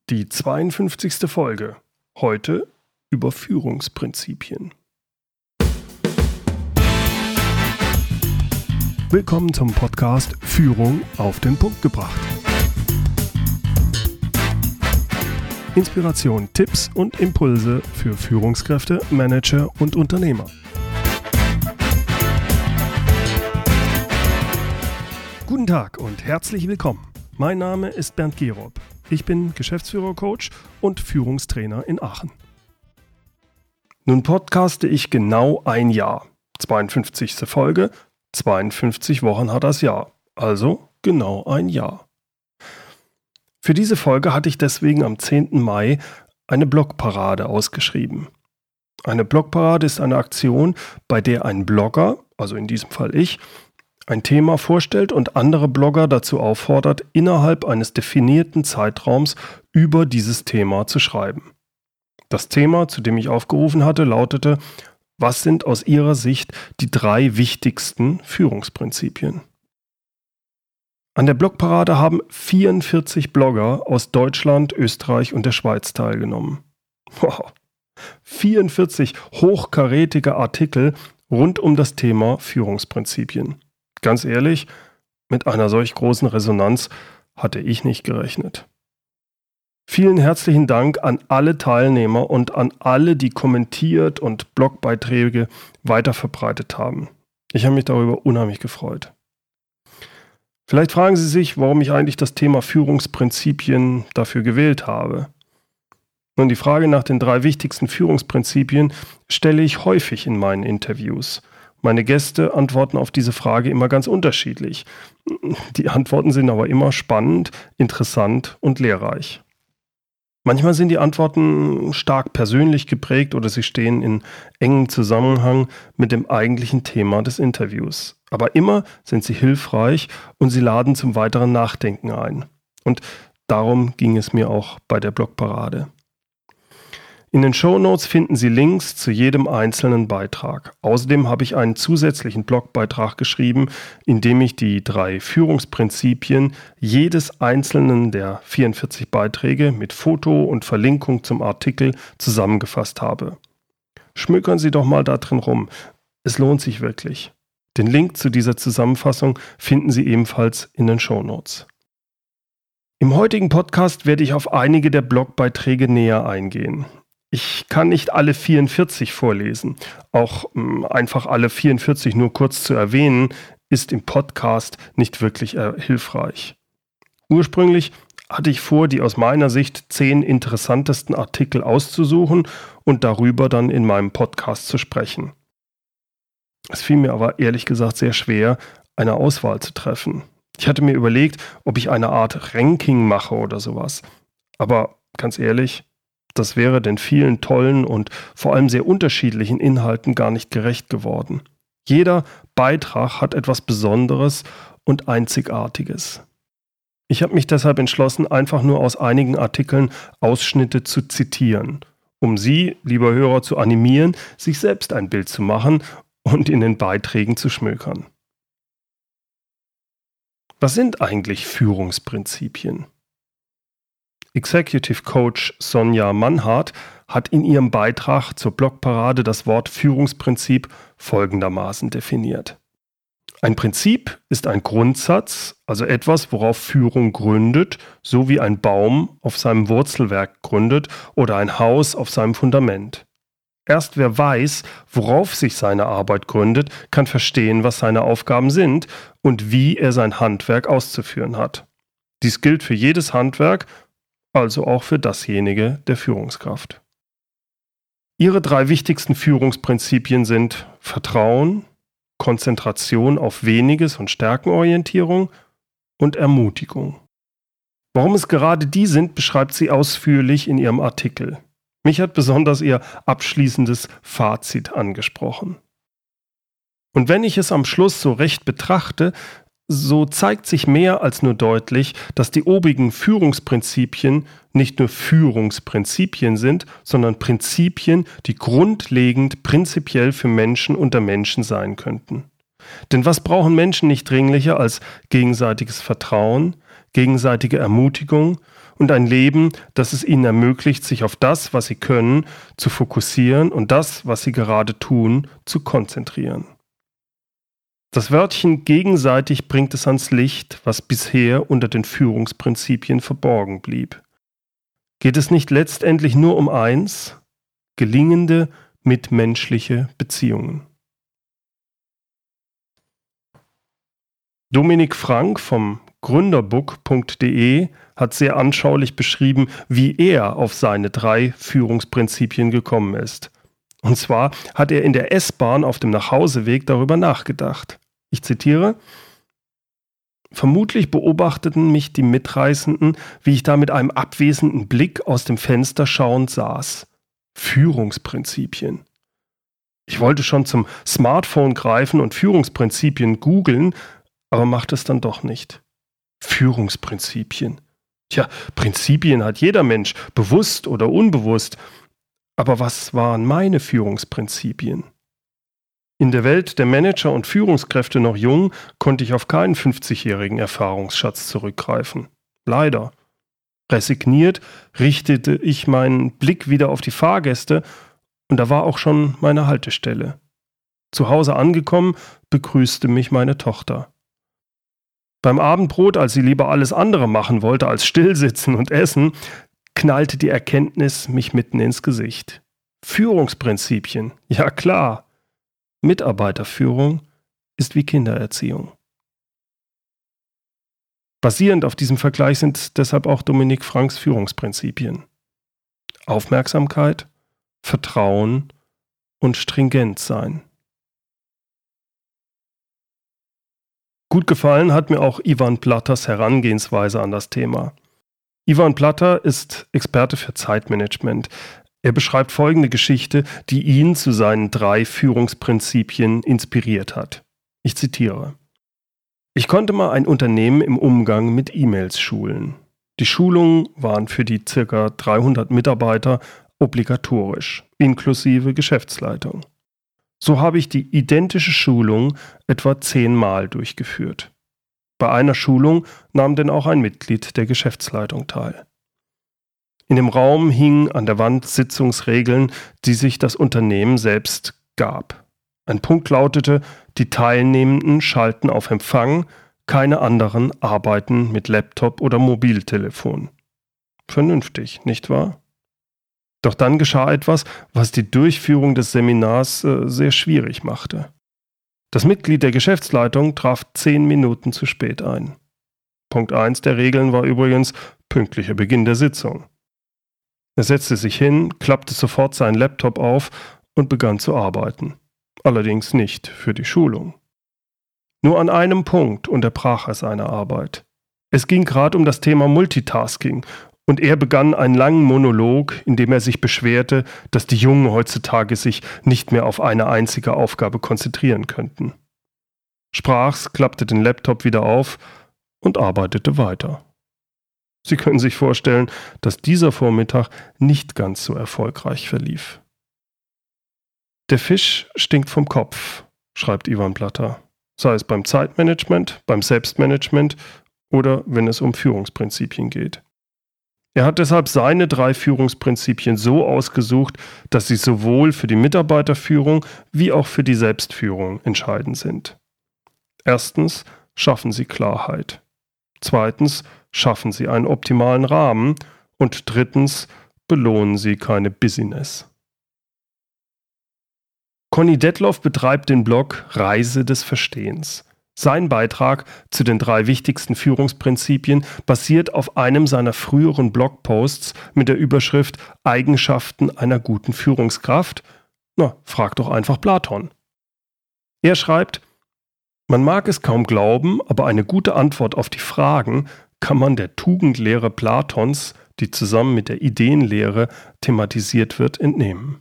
Die 52. Folge. Heute über Führungsprinzipien. Willkommen zum Podcast Führung auf den Punkt gebracht. Inspiration, Tipps und Impulse für Führungskräfte, Manager und Unternehmer. Guten Tag und herzlich willkommen. Mein Name ist Bernd Gerob. Ich bin Geschäftsführer-Coach und Führungstrainer in Aachen. Nun podcaste ich genau ein Jahr. 52. Folge, 52 Wochen hat das Jahr. Also genau ein Jahr. Für diese Folge hatte ich deswegen am 10. Mai eine Blogparade ausgeschrieben. Eine Blogparade ist eine Aktion, bei der ein Blogger, also in diesem Fall ich, ein Thema vorstellt und andere Blogger dazu auffordert, innerhalb eines definierten Zeitraums über dieses Thema zu schreiben. Das Thema, zu dem ich aufgerufen hatte, lautete: Was sind aus Ihrer Sicht die 3 wichtigsten Führungsprinzipien? An der Blogparade haben 44 Blogger aus Deutschland, Österreich und der Schweiz teilgenommen. Wow! 44 hochkarätige Artikel rund um das Thema Führungsprinzipien. Ganz ehrlich, mit einer solch großen Resonanz hatte ich nicht gerechnet. Vielen herzlichen Dank an alle Teilnehmer und an alle, die kommentiert und Blogbeiträge weiterverbreitet haben. Ich habe mich darüber unheimlich gefreut. Vielleicht fragen Sie sich, warum ich eigentlich das Thema Führungsprinzipien dafür gewählt habe. Nun, die Frage nach den 3 wichtigsten Führungsprinzipien stelle ich häufig in meinen Interviews. Meine Gäste antworten auf diese Frage immer ganz unterschiedlich. Die Antworten sind aber immer spannend, interessant und lehrreich. Manchmal sind die Antworten stark persönlich geprägt oder sie stehen in engem Zusammenhang mit dem eigentlichen Thema des Interviews. Aber immer sind sie hilfreich und sie laden zum weiteren Nachdenken ein. Und darum ging es mir auch bei der Blogparade. In den Shownotes finden Sie Links zu jedem einzelnen Beitrag. Außerdem habe ich einen zusätzlichen Blogbeitrag geschrieben, in dem ich die 3 Führungsprinzipien jedes einzelnen der 44 Beiträge mit Foto und Verlinkung zum Artikel zusammengefasst habe. Schmökern Sie doch mal da drin rum. Es lohnt sich wirklich. Den Link zu dieser Zusammenfassung finden Sie ebenfalls in den Shownotes. Im heutigen Podcast werde ich auf einige der Blogbeiträge näher eingehen. Ich kann nicht alle 44 vorlesen. Auch einfach alle 44 nur kurz zu erwähnen, ist im Podcast nicht wirklich hilfreich. Ursprünglich hatte ich vor, die aus meiner Sicht 10 interessantesten Artikel auszusuchen und darüber dann in meinem Podcast zu sprechen. Es fiel mir aber ehrlich gesagt sehr schwer, eine Auswahl zu treffen. Ich hatte mir überlegt, ob ich eine Art Ranking mache oder sowas. Aber ganz ehrlich, das wäre den vielen tollen und vor allem sehr unterschiedlichen Inhalten gar nicht gerecht geworden. Jeder Beitrag hat etwas Besonderes und Einzigartiges. Ich habe mich deshalb entschlossen, einfach nur aus einigen Artikeln Ausschnitte zu zitieren, um Sie, lieber Hörer, zu animieren, sich selbst ein Bild zu machen und in den Beiträgen zu schmökern. Was sind eigentlich Führungsprinzipien? Executive Coach Sonja Mannhardt hat in ihrem Beitrag zur Blogparade das Wort Führungsprinzip folgendermaßen definiert. Ein Prinzip ist ein Grundsatz, also etwas, worauf Führung gründet, so wie ein Baum auf seinem Wurzelwerk gründet oder ein Haus auf seinem Fundament. Erst wer weiß, worauf sich seine Arbeit gründet, kann verstehen, was seine Aufgaben sind und wie er sein Handwerk auszuführen hat. Dies gilt für jedes Handwerk, also auch für dasjenige der Führungskraft. Ihre 3 wichtigsten Führungsprinzipien sind Vertrauen, Konzentration auf Weniges und Stärkenorientierung und Ermutigung. Warum es gerade die sind, beschreibt sie ausführlich in ihrem Artikel. Mich hat besonders ihr abschließendes Fazit angesprochen. Und wenn ich es am Schluss so recht betrachte, so zeigt sich mehr als nur deutlich, dass die obigen Führungsprinzipien nicht nur Führungsprinzipien sind, sondern Prinzipien, die grundlegend prinzipiell für Menschen unter Menschen sein könnten. Denn was brauchen Menschen nicht dringlicher als gegenseitiges Vertrauen, gegenseitige Ermutigung und ein Leben, das es ihnen ermöglicht, sich auf das, was sie können, zu fokussieren und das, was sie gerade tun, zu konzentrieren. Das Wörtchen gegenseitig bringt es ans Licht, was bisher unter den Führungsprinzipien verborgen blieb. Geht es nicht letztendlich nur um eins: gelingende mitmenschliche Beziehungen? Dominik Frank vom Gründerbook.de hat sehr anschaulich beschrieben, wie er auf seine 3 Führungsprinzipien gekommen ist. Und zwar hat er in der S-Bahn auf dem Nachhauseweg darüber nachgedacht. Ich zitiere: Vermutlich beobachteten mich die Mitreisenden, wie ich da mit einem abwesenden Blick aus dem Fenster schauend saß. Führungsprinzipien. Ich wollte schon zum Smartphone greifen und Führungsprinzipien googeln, aber machte es dann doch nicht. Führungsprinzipien. Tja, Prinzipien hat jeder Mensch, bewusst oder unbewusst. Aber was waren meine Führungsprinzipien? In der Welt der Manager und Führungskräfte noch jung, konnte ich auf keinen 50-jährigen Erfahrungsschatz zurückgreifen. Leider. Resigniert richtete ich meinen Blick wieder auf die Fahrgäste und da war auch schon meine Haltestelle. Zu Hause angekommen, begrüßte mich meine Tochter. Beim Abendbrot, als sie lieber alles andere machen wollte als stillsitzen und essen, knallte die Erkenntnis mich mitten ins Gesicht. Führungsprinzipien, ja klar. Mitarbeiterführung ist wie Kindererziehung. Basierend auf diesem Vergleich sind deshalb auch Dominik Franks Führungsprinzipien: Aufmerksamkeit, Vertrauen und stringent sein. Gut gefallen hat mir auch Ivan Platters Herangehensweise an das Thema. Ivan Platter ist Experte für Zeitmanagement. Er beschreibt folgende Geschichte, die ihn zu seinen 3 Führungsprinzipien inspiriert hat. Ich zitiere: Ich konnte mal ein Unternehmen im Umgang mit E-Mails schulen. Die Schulungen waren für die ca. 300 Mitarbeiter obligatorisch, inklusive Geschäftsleitung. So habe ich die identische Schulung etwa 10-mal durchgeführt. Bei einer Schulung nahm denn auch ein Mitglied der Geschäftsleitung teil. In dem Raum hingen an der Wand Sitzungsregeln, die sich das Unternehmen selbst gab. Ein Punkt lautete: Die Teilnehmenden schalten auf Empfang, keine anderen arbeiten mit Laptop oder Mobiltelefon. Vernünftig, nicht wahr? Doch dann geschah etwas, was die Durchführung des Seminars sehr schwierig machte. Das Mitglied der Geschäftsleitung traf 10 Minuten zu spät ein. Punkt 1 der Regeln war übrigens pünktlicher Beginn der Sitzung. Er setzte sich hin, klappte sofort seinen Laptop auf und begann zu arbeiten. Allerdings nicht für die Schulung. Nur an einem Punkt unterbrach er seine Arbeit. Es ging gerade um das Thema Multitasking und er begann einen langen Monolog, in dem er sich beschwerte, dass die Jungen heutzutage sich nicht mehr auf eine einzige Aufgabe konzentrieren könnten. Sprach's, klappte den Laptop wieder auf und arbeitete weiter. Sie können sich vorstellen, dass dieser Vormittag nicht ganz so erfolgreich verlief. Der Fisch stinkt vom Kopf, schreibt Ivan Platter, sei es beim Zeitmanagement, beim Selbstmanagement oder wenn es um Führungsprinzipien geht. Er hat deshalb seine 3 Führungsprinzipien so ausgesucht, dass sie sowohl für die Mitarbeiterführung wie auch für die Selbstführung entscheidend sind. Erstens, schaffen Sie Klarheit. Zweitens, schaffen Sie einen optimalen Rahmen. Und drittens, belohnen Sie keine Busyness. Conny Detloff betreibt den Blog Reise des Verstehens. Sein Beitrag zu den 3 wichtigsten Führungsprinzipien basiert auf einem seiner früheren Blogposts mit der Überschrift Eigenschaften einer guten Führungskraft. Na, frag doch einfach Platon. Er schreibt: Man mag es kaum glauben, aber eine gute Antwort auf die Fragen kann man der Tugendlehre Platons, die zusammen mit der Ideenlehre thematisiert wird, entnehmen.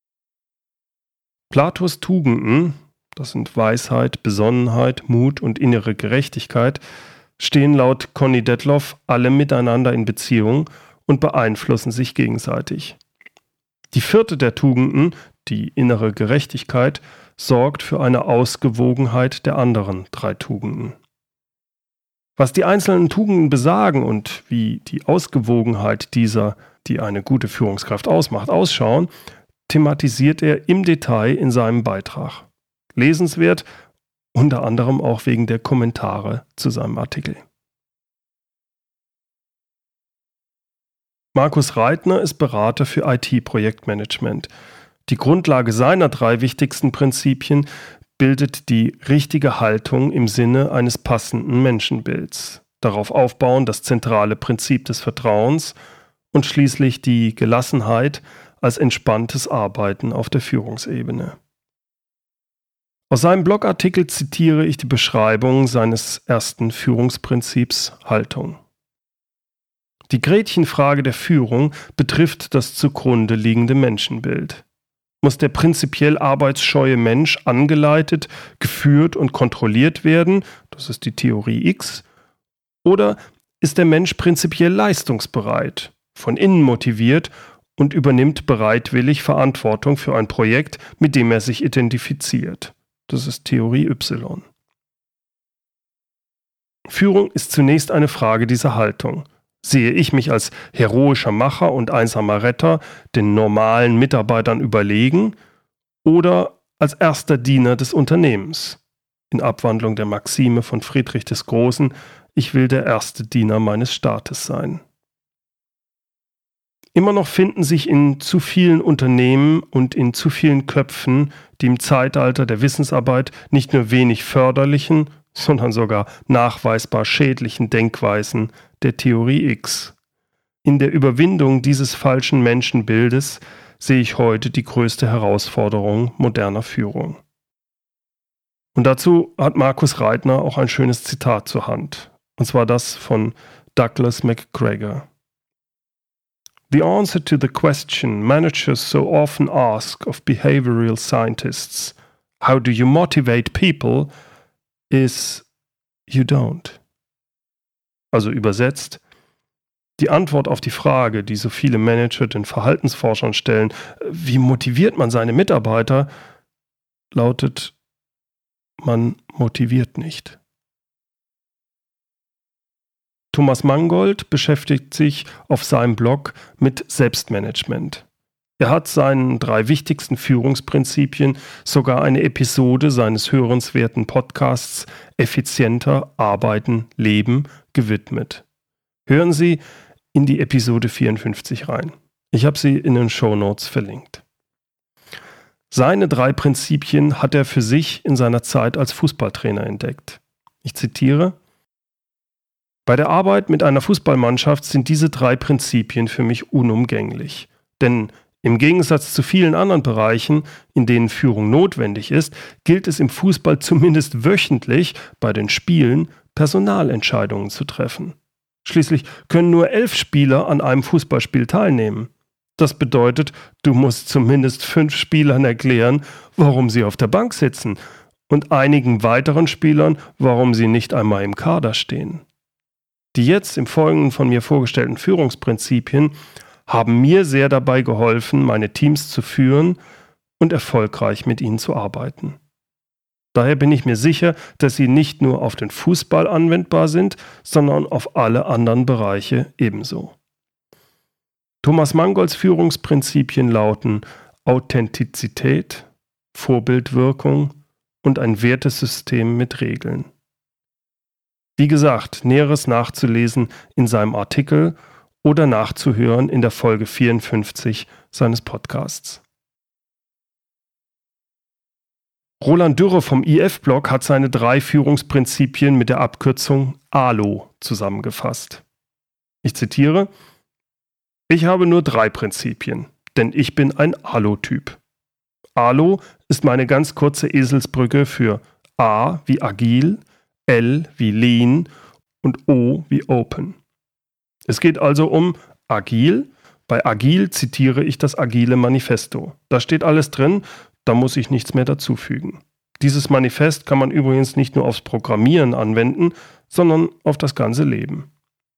Platos Tugenden, das sind Weisheit, Besonnenheit, Mut und innere Gerechtigkeit, stehen laut Conny Detloff alle miteinander in Beziehung und beeinflussen sich gegenseitig. Die 4. der Tugenden, die innere Gerechtigkeit, sorgt für eine Ausgewogenheit der anderen 3 Tugenden. Was die einzelnen Tugenden besagen und wie die Ausgewogenheit dieser, die eine gute Führungskraft ausmacht, ausschauen, thematisiert er im Detail in seinem Beitrag. Lesenswert, unter anderem auch wegen der Kommentare zu seinem Artikel. Markus Reitner ist Berater für IT-Projektmanagement. Die Grundlage seiner 3 wichtigsten Prinzipien bildet die richtige Haltung im Sinne eines passenden Menschenbilds. Darauf aufbauen das zentrale Prinzip des Vertrauens und schließlich die Gelassenheit als entspanntes Arbeiten auf der Führungsebene. Aus seinem Blogartikel zitiere ich die Beschreibung seines ersten Führungsprinzips Haltung. Die Gretchenfrage der Führung betrifft das zugrunde liegende Menschenbild. Muss der prinzipiell arbeitsscheue Mensch angeleitet, geführt und kontrolliert werden, das ist die Theorie X, oder ist der Mensch prinzipiell leistungsbereit, von innen motiviert und übernimmt bereitwillig Verantwortung für ein Projekt, mit dem er sich identifiziert, das ist Theorie Y. Führung ist zunächst eine Frage dieser Haltung. Sehe ich mich als heroischer Macher und einsamer Retter, den normalen Mitarbeitern überlegen, oder als erster Diener des Unternehmens? In Abwandlung der Maxime von Friedrich des Großen, ich will der erste Diener meines Staates sein. Immer noch finden sich in zu vielen Unternehmen und in zu vielen Köpfen die im Zeitalter der Wissensarbeit nicht nur wenig förderlichen, sondern sogar nachweisbar schädlichen Denkweisen der Theorie X. In der Überwindung dieses falschen Menschenbildes sehe ich heute die größte Herausforderung moderner Führung. Und dazu hat Markus Reitner auch ein schönes Zitat zur Hand, und zwar das von Douglas McGregor. The answer to the question managers so often ask of behavioral scientists, how do you motivate people, is you don't. Also übersetzt, die Antwort auf die Frage, die so viele Manager den Verhaltensforschern stellen, wie motiviert man seine Mitarbeiter, lautet, man motiviert nicht. Thomas Mangold beschäftigt sich auf seinem Blog mit Selbstmanagement. Er hat seinen 3 wichtigsten Führungsprinzipien sogar eine Episode seines hörenswerten Podcasts Effizienter Arbeiten, Leben gewidmet. Hören Sie in die Episode 54 rein. Ich habe sie in den Shownotes verlinkt. Seine 3 Prinzipien hat er für sich in seiner Zeit als Fußballtrainer entdeckt. Ich zitiere: Bei der Arbeit mit einer Fußballmannschaft sind diese 3 Prinzipien für mich unumgänglich. Denn im Gegensatz zu vielen anderen Bereichen, in denen Führung notwendig ist, gilt es im Fußball zumindest wöchentlich bei den Spielen Personalentscheidungen zu treffen. Schließlich können nur 11 Spieler an einem Fußballspiel teilnehmen. Das bedeutet, du musst zumindest 5 Spielern erklären, warum sie auf der Bank sitzen und einigen weiteren Spielern, warum sie nicht einmal im Kader stehen. Die jetzt im Folgenden von mir vorgestellten Führungsprinzipien haben mir sehr dabei geholfen, meine Teams zu führen und erfolgreich mit ihnen zu arbeiten. Daher bin ich mir sicher, dass sie nicht nur auf den Fußball anwendbar sind, sondern auf alle anderen Bereiche ebenso. Thomas Mangolds Führungsprinzipien lauten Authentizität, Vorbildwirkung und ein Wertesystem mit Regeln. Wie gesagt, Näheres nachzulesen in seinem Artikel oder nachzuhören in der Folge 54 seines Podcasts. Roland Dürre vom IF-Blog hat seine 3 Führungsprinzipien mit der Abkürzung ALO zusammengefasst. Ich zitiere: Ich habe nur 3 Prinzipien, denn ich bin ein ALO-Typ. ALO ist meine ganz kurze Eselsbrücke für A wie agil, L wie lean und O wie open. Es geht also um agil. Bei agil zitiere ich das Agile Manifesto. Da steht alles drin, da muss ich nichts mehr dazufügen. Dieses Manifest kann man übrigens nicht nur aufs Programmieren anwenden, sondern auf das ganze Leben.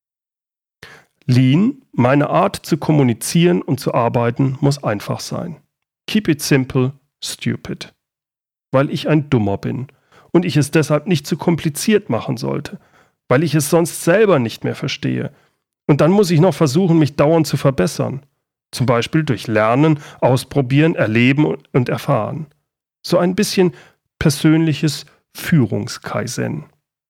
Lean, meine Art zu kommunizieren und zu arbeiten, muss einfach sein. Keep it simple, stupid. Weil ich ein Dummer bin und ich es deshalb nicht zu kompliziert machen sollte. weil ich es sonst selber nicht mehr verstehe. Und dann muss ich noch versuchen, mich dauernd zu verbessern. Zum Beispiel durch Lernen, Ausprobieren, Erleben und Erfahren. So ein bisschen persönliches Führungskaizen.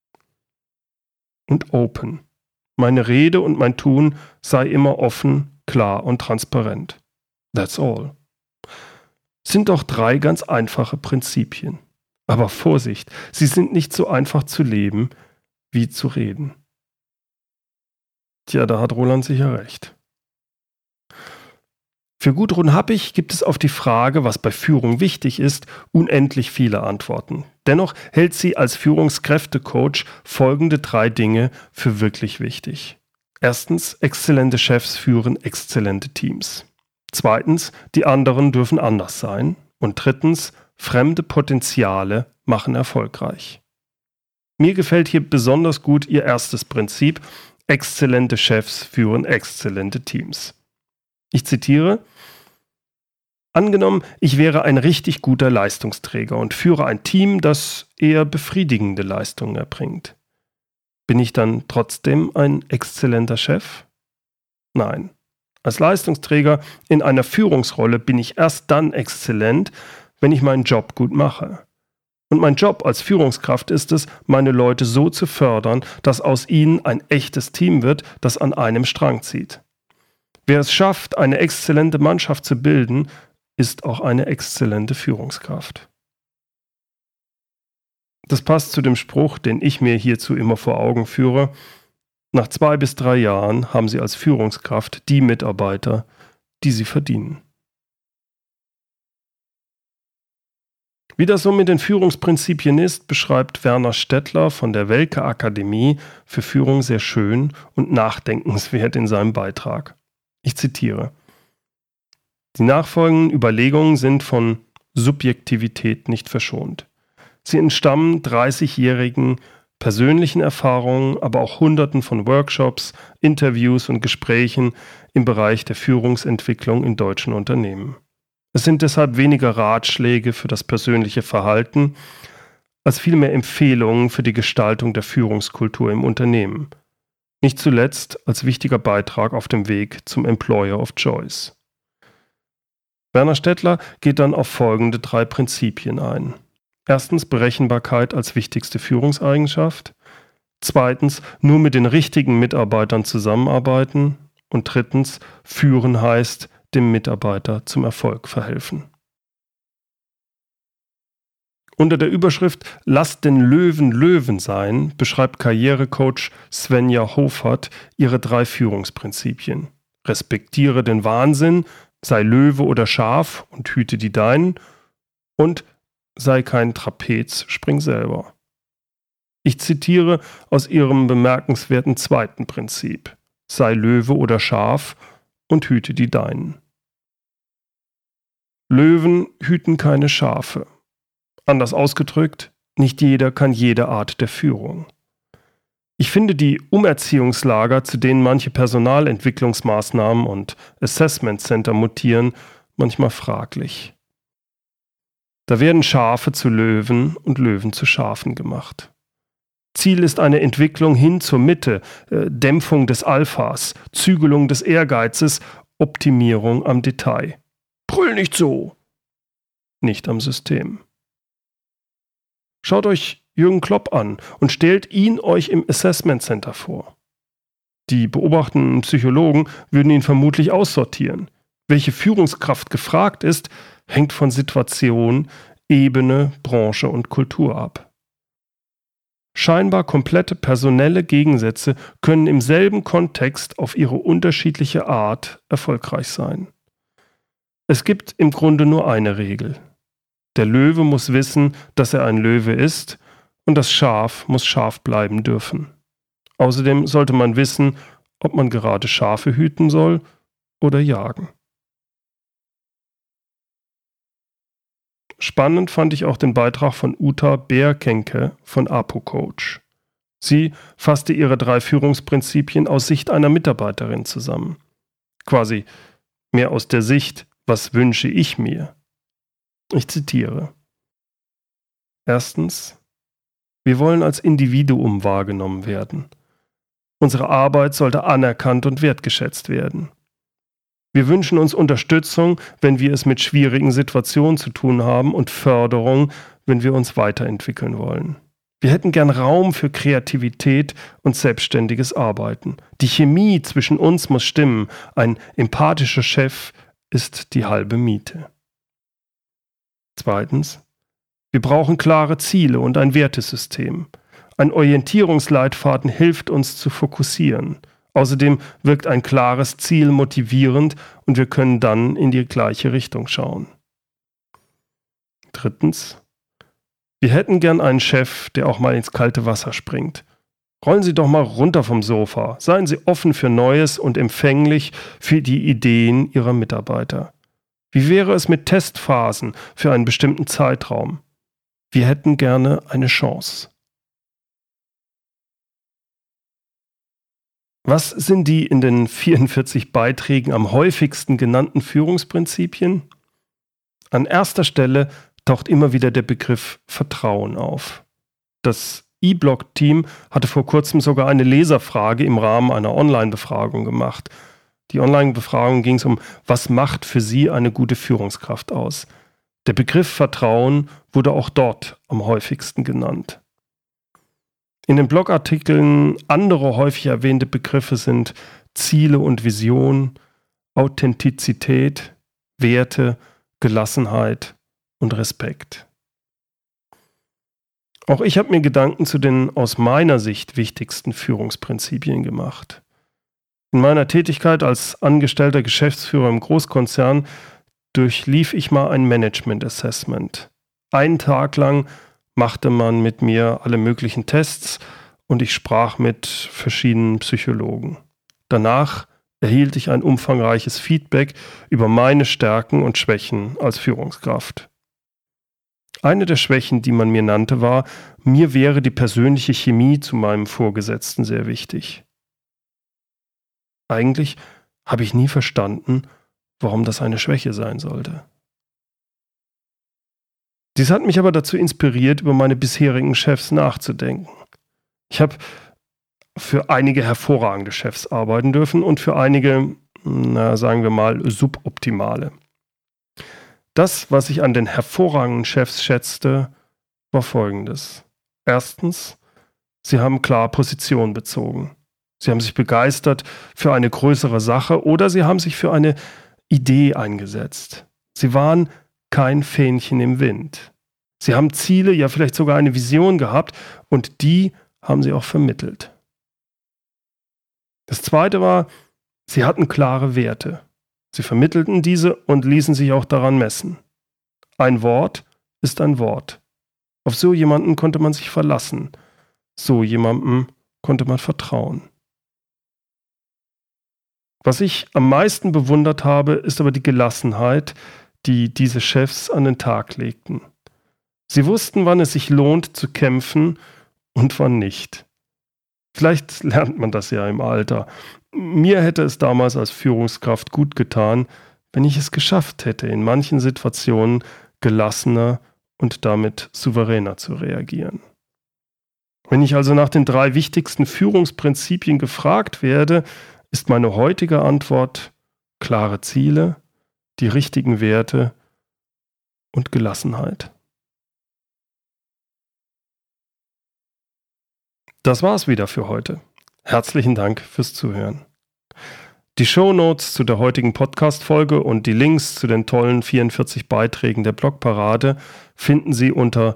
Und open. Meine Rede und mein Tun sei immer offen, klar und transparent. That's all. Sind doch 3 ganz einfache Prinzipien. Aber Vorsicht, sie sind nicht so einfach zu leben, wie zu reden. Tja, da hat Roland sicher recht. Für Gudrun Happig gibt es auf die Frage, was bei Führung wichtig ist, unendlich viele Antworten. Dennoch hält sie als Führungskräftecoach folgende 3 Dinge für wirklich wichtig. Erstens, exzellente Chefs führen exzellente Teams. Zweitens, die anderen dürfen anders sein. Und drittens, fremde Potenziale machen erfolgreich. Mir gefällt hier besonders gut ihr erstes Prinzip: exzellente Chefs führen exzellente Teams. Ich zitiere: Angenommen, ich wäre ein richtig guter Leistungsträger und führe ein Team, das eher befriedigende Leistungen erbringt. Bin ich dann trotzdem ein exzellenter Chef? Nein. Als Leistungsträger in einer Führungsrolle bin ich erst dann exzellent, wenn ich meinen Job gut mache. Und mein Job als Führungskraft ist es, meine Leute so zu fördern, dass aus ihnen ein echtes Team wird, das an einem Strang zieht. Wer es schafft, eine exzellente Mannschaft zu bilden, ist auch eine exzellente Führungskraft. Das passt zu dem Spruch, den ich mir hierzu immer vor Augen führe: Nach 2 bis 3 Jahren haben Sie als Führungskraft die Mitarbeiter, die Sie verdienen. Wie das so mit den Führungsprinzipien ist, beschreibt Werner Stettler von der Welke Akademie für Führung sehr schön und nachdenkenswert in seinem Beitrag. Ich zitiere: Die nachfolgenden Überlegungen sind von Subjektivität nicht verschont. Sie entstammen 30-jährigen persönlichen Erfahrungen, aber auch Hunderten von Workshops, Interviews und Gesprächen im Bereich der Führungsentwicklung in deutschen Unternehmen. Es sind deshalb weniger Ratschläge für das persönliche Verhalten, als vielmehr Empfehlungen für die Gestaltung der Führungskultur im Unternehmen. Nicht zuletzt als wichtiger Beitrag auf dem Weg zum Employer of Choice. Werner Stettler geht dann auf folgende 3 Prinzipien ein. Erstens, Berechenbarkeit als wichtigste Führungseigenschaft. Zweitens, nur mit den richtigen Mitarbeitern zusammenarbeiten. Und drittens, führen heißt, dem Mitarbeiter zum Erfolg verhelfen. Unter der Überschrift „Lass den Löwen Löwen sein" beschreibt Karrierecoach Svenja Hofert ihre 3 Führungsprinzipien. Respektiere den Wahnsinn, sei Löwe oder Schaf und hüte die Deinen, und sei kein Trapez, spring selber. Ich zitiere aus ihrem bemerkenswerten 2. Prinzip: Sei Löwe oder Schaf und hüte die Deinen. Löwen hüten keine Schafe. Anders ausgedrückt, nicht jeder kann jede Art der Führung. Ich finde die Umerziehungslager, zu denen manche Personalentwicklungsmaßnahmen und Assessment Center mutieren, manchmal fraglich. Da werden Schafe zu Löwen und Löwen zu Schafen gemacht. Ziel ist eine Entwicklung hin zur Mitte, Dämpfung des Alphas, Zügelung des Ehrgeizes, Optimierung am Detail. Brüll nicht so! Nicht am System. Schaut euch Jürgen Klopp an und stellt ihn euch im Assessment Center vor. Die beobachtenden Psychologen würden ihn vermutlich aussortieren. Welche Führungskraft gefragt ist, hängt von Situation, Ebene, Branche und Kultur ab. Scheinbar komplette personelle Gegensätze können im selben Kontext auf ihre unterschiedliche Art erfolgreich sein. Es gibt im Grunde nur eine Regel. Der Löwe muss wissen, dass er ein Löwe ist, und das Schaf muss Schaf bleiben dürfen. Außerdem sollte man wissen, ob man gerade Schafe hüten soll oder jagen. Spannend fand ich auch den Beitrag von Uta Beerkenke von ApoCoach. Sie fasste ihre 3 Führungsprinzipien aus Sicht einer Mitarbeiterin zusammen. Quasi mehr aus der Sicht: Was wünsche ich mir? Ich zitiere: Erstens, Wir wollen als Individuum wahrgenommen werden. Unsere Arbeit sollte anerkannt und wertgeschätzt werden. Wir wünschen uns Unterstützung, wenn wir es mit schwierigen Situationen zu tun haben, und Förderung, wenn wir uns weiterentwickeln wollen. Wir hätten gern Raum für Kreativität und selbstständiges Arbeiten. Die Chemie zwischen uns muss stimmen. Ein empathischer Chef ist die halbe Miete. Zweitens, wir brauchen klare Ziele und ein Wertesystem. Ein Orientierungsleitfaden hilft uns zu fokussieren. Außerdem wirkt ein klares Ziel motivierend und wir können dann in die gleiche Richtung schauen. Drittens, wir hätten gern einen Chef, der auch mal ins kalte Wasser springt. Rollen Sie doch mal runter vom Sofa. Seien Sie offen für Neues und empfänglich für die Ideen Ihrer Mitarbeiter. Wie wäre es mit Testphasen für einen bestimmten Zeitraum? Wir hätten gerne eine Chance. Was sind die in den 44 Beiträgen am häufigsten genannten Führungsprinzipien? An erster Stelle taucht immer wieder der Begriff Vertrauen auf. Das E-Blog-Team hatte vor kurzem sogar eine Leserfrage im Rahmen einer Online-Befragung gemacht. Die Online-Befragung ging es um, was macht für Sie eine gute Führungskraft aus? Der Begriff Vertrauen wurde auch dort am häufigsten genannt. In den Blogartikeln andere häufig erwähnte Begriffe sind Ziele und Vision, Authentizität, Werte, Gelassenheit und Respekt. Auch ich habe mir Gedanken zu den aus meiner Sicht wichtigsten Führungsprinzipien gemacht. In meiner Tätigkeit als angestellter Geschäftsführer im Großkonzern durchlief ich mal ein Management-Assessment. Einen Tag lang machte man mit mir alle möglichen Tests und ich sprach mit verschiedenen Psychologen. Danach erhielt ich ein umfangreiches Feedback über meine Stärken und Schwächen als Führungskraft. Eine der Schwächen, die man mir nannte, war, mir wäre die persönliche Chemie zu meinem Vorgesetzten sehr wichtig. Eigentlich habe ich nie verstanden, warum das eine Schwäche sein sollte. Dies hat mich aber dazu inspiriert, über meine bisherigen Chefs nachzudenken. Ich habe für einige hervorragende Chefs arbeiten dürfen und für einige, sagen wir mal, suboptimale. Das, was ich an den hervorragenden Chefs schätzte, war Folgendes. Erstens, sie haben klar Position bezogen. Sie haben sich begeistert für eine größere Sache oder sie haben sich für eine Idee eingesetzt. Sie waren kein Fähnchen im Wind. Sie haben Ziele, ja vielleicht sogar eine Vision gehabt und die haben sie auch vermittelt. Das Zweite war, sie hatten klare Werte. Sie vermittelten diese und ließen sich auch daran messen. Ein Wort ist ein Wort. Auf so jemanden konnte man sich verlassen. So jemandem konnte man vertrauen. Was ich am meisten bewundert habe, ist aber die Gelassenheit, die diese Chefs an den Tag legten. Sie wussten, wann es sich lohnt zu kämpfen und wann nicht. Vielleicht lernt man das ja im Alter. Mir hätte es damals als Führungskraft gut getan, wenn ich es geschafft hätte, in manchen Situationen gelassener und damit souveräner zu reagieren. Wenn ich also nach den 3 wichtigsten Führungsprinzipien gefragt werde, ist meine heutige Antwort klare Ziele, die richtigen Werte und Gelassenheit. Das war's wieder für heute. Herzlichen Dank fürs Zuhören. Die Shownotes zu der heutigen Podcast-Folge und die Links zu den tollen 44 Beiträgen der Blogparade finden Sie unter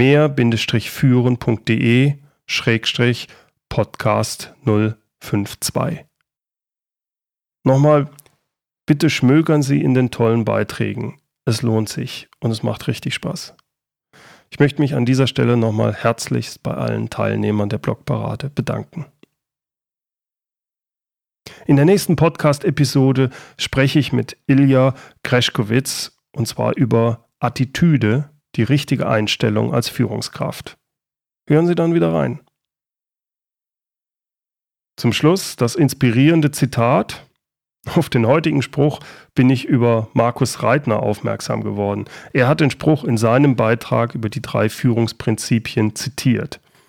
mehr-führen.de/podcast 052. Nochmal, bitte schmökern Sie in den tollen Beiträgen. Es lohnt sich und es macht richtig Spaß. Ich möchte mich an dieser Stelle nochmal herzlichst bei allen Teilnehmern der Blogparade bedanken. In der nächsten Podcast-Episode spreche ich mit Ilja Greschkowitz und zwar über Attitüde, die richtige Einstellung als Führungskraft. Hören Sie dann wieder rein. Zum Schluss das inspirierende Zitat. Auf den heutigen Spruch bin ich über Markus Reitner aufmerksam geworden. Er hat den Spruch in seinem Beitrag über die 3 Führungsprinzipien zitiert.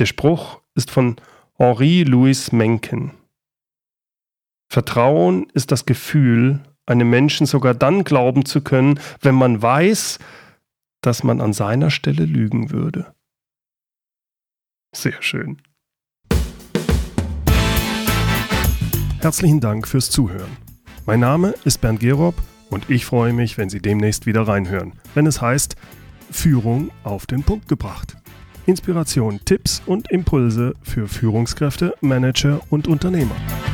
Der Spruch ist von Henri Louis Mencken. Vertrauen ist das Gefühl, einem Menschen sogar dann glauben zu können, wenn man weiß, dass man an seiner Stelle lügen würde. Sehr schön. Herzlichen Dank fürs Zuhören. Mein Name ist Bernd Gerob und ich freue mich, wenn Sie demnächst wieder reinhören, wenn es heißt Führung auf den Punkt gebracht. Inspiration, Tipps und Impulse für Führungskräfte, Manager und Unternehmer.